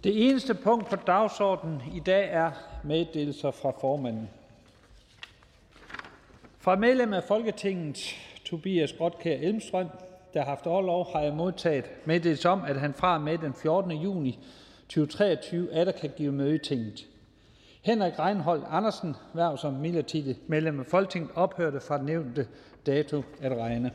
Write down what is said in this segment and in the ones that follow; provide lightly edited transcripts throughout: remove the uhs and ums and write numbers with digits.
Det eneste punkt på dagsordenen i dag er meddelelser fra formanden. Fra medlem af Folketinget Tobias Grotkjær Elmstrøm, der har haft orlov, har jeg modtaget meddelelse om, at han fra og med den 14. juni 2023 atter kan give møde i Tinget. Henrik Reinholdt Andersen, hverv som midlertidigt medlem af Folketinget, ophørte fra den nævnte dato at regne.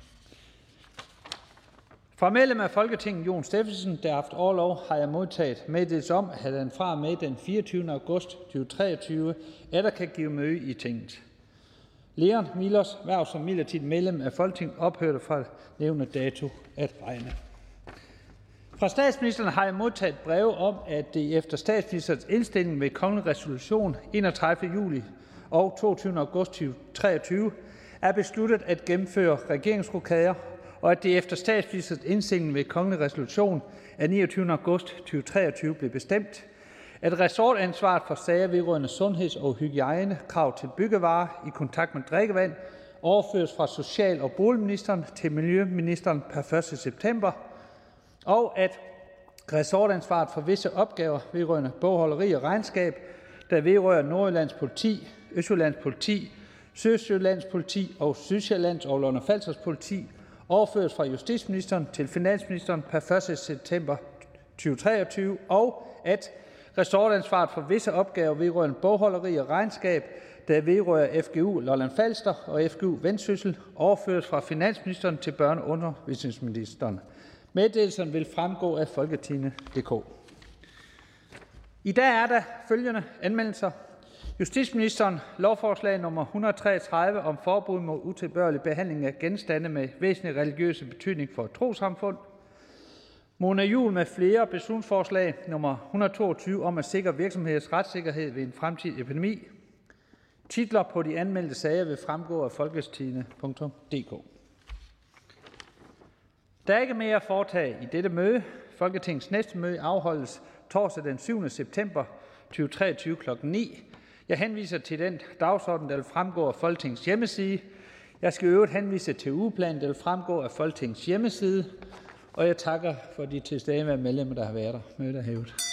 Fra medlem af Folketinget Jon Steffensen, der har haft orlov, har jeg modtaget meddelelse om, at han fra og med den 24. august 2023 atter kan give møde i Tinget. Leon Milos, hverv som midlertidigt medlem af Folketinget, ophørte fra nævnte dato at regne. Fra statsministeren har jeg modtaget breve om, at det efter statsministerens indstilling ved kongelig resolution 31. juli og 22. august 2023 er besluttet at gennemføre regeringsrokader, og at det efter statsministerens indstilling ved kongelig resolution af 29. august 2023 blev bestemt, at ressortansvaret for sager vedrørende sundheds- og hygiejnekrav til byggevarer i kontakt med drikkevand overføres fra social- og boligministeren til miljøministeren per 1. september, og at ressortansvaret for visse opgaver vedrørende bogholderi og regnskab, der vedrører Nordjyllands Politi, Østjyllands Politi, Sydjyllands Politi og Sydsjællands og Lolland-Falsters Politi, overføres fra justitsministeren til finansministeren per 1. september 2023, og at ressortansvaret for visse opgaver vedrørende bogholderi og regnskab, der vedrører FGU Lolland-Falster og FGU Vendsyssel, overføres fra finansministeren til børne- og undervisningsministeren. Meddelelsen vil fremgå af Folketinget.dk. I dag er der følgende anmeldelser. Justitsministeren lovforslag nummer 133 om forbud mod utilbørlig behandling af genstande med væsentlig religiøse betydning for et trossamfund. Mona Juul med flere beslutningsforslag nummer 122 om at sikre virksomheders retssikkerhed ved en fremtidig epidemi. Titler på de anmeldte sager vil fremgå af folketingstidende.dk. Der er ikke mere at foretage i dette møde. Folketingets næste møde afholdes torsdag den 7. september 2023 kl. 9. Jeg henviser til den dagsorden, der vil fremgå af Folketingets hjemmeside. Jeg skal i øvrigt henvise til ugeplanen, der vil fremgå af Folketingets hjemmeside. Og jeg takker for de tilstedeværende medlemmer, der har været der. Mødet er hævet.